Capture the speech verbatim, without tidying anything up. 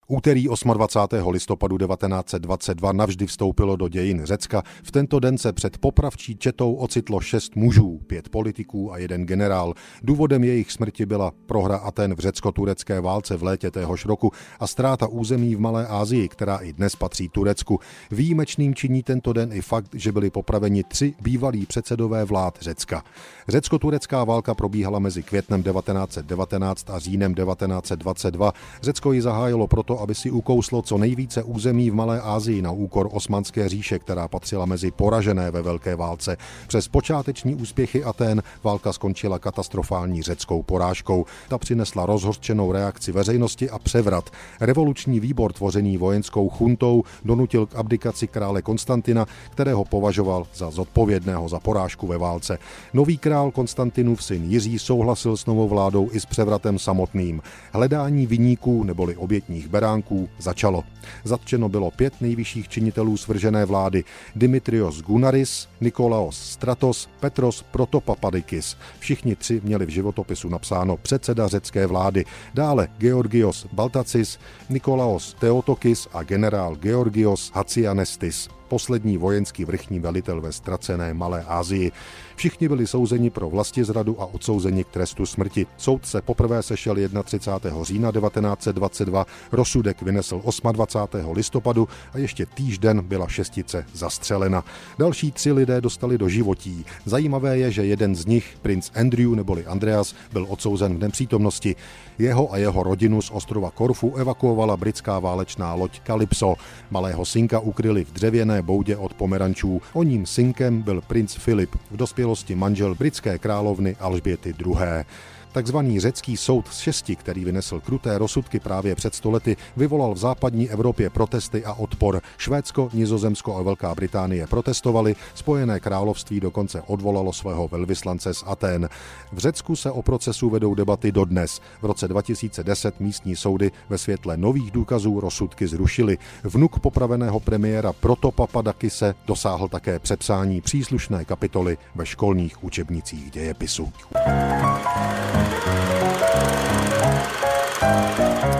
Úterý dvacátého osmého listopadu devatenáct set dvacet dva navždy vstoupilo do dějin Řecka. V tento den se před popravčí četou ocitlo šest mužů, pět politiků a jeden generál. Důvodem jejich smrti byla prohra Aten v řecko-turecké válce v létě téhož roku a ztráta území v Malé Asii, která i dnes patří Turecku. Výjimečným činí tento den i fakt, že byli popraveni tři bývalí předsedové vlád Řecka. Řecko-turecká válka probíhala mezi květnem devatenáct set devatenáct a říjnem devatenáct set dvacet dva. Řecko ji zahájilo proto, aby si ukouslo co nejvíce území v Malé Asii na úkor Osmanské říše, která patřila mezi poražené ve Velké válce. Přes počáteční úspěchy Athén válka skončila katastrofální řeckou porážkou. Ta přinesla rozhořčenou reakci veřejnosti a převrat. Revoluční výbor tvořený vojenskou chuntou donutil k abdikaci krále Konstantina, kterého považoval za zodpovědného za porážku ve válce. Nový král Konstantinův syn Jiří souhlasil s novou vládou i s převratem samotným. Hledání viníků neboli obětních beránků začalo. Zatčeno bylo pět nejvyšších činitelů svržené vlády: Dimitrios Gunaris, Nikolaos Stratos, Petros Protopapadikis. Všichni tři měli v životopisu napsáno předseda řecké vlády. Dále Georgios Baltacis, Nikolaos Theotokis a generál Georgios Hatzianestis, poslední vojenský vrchní velitel ve ztracené Malé Asii. Všichni byli souzeni pro vlastizradu a odsouzeni k trestu smrti. Soud se poprvé sešel třicátého prvního října devatenáct set dvacet dva, rozsudek vynesl dvacátého osmého listopadu a ještě týžden byla šestice zastřelena. Další tři lidé dostali do životí. Zajímavé je, že jeden z nich, princ Andrew neboli Andreas, byl odsouzen v nepřítomnosti. Jeho a jeho rodinu z ostrova Korfu evakuovala britská válečná loď Calypso. Malého synka ukryli v dřevěné boudě od Pomerančů. O ním synkem byl princ Filip, v dospělosti manžel britské královny Alžběty druhé. Takzvaný řecký soud z šesti, který vynesl kruté rozsudky právě před stolety, vyvolal v západní Evropě protesty a odpor. Švédsko, Nizozemsko a Velká Británie protestovali, Spojené království dokonce odvolalo svého velvyslance z Athén. V Řecku se o procesu vedou debaty dodnes. V roce dva tisíce deset místní soudy ve světle nových důkazů rozsudky zrušily. Vnuk popraveného premiéra Protopapadakise dosáhl také přepsání příslušné kapitoly ve školních učebnicích dějepisu. Thank you.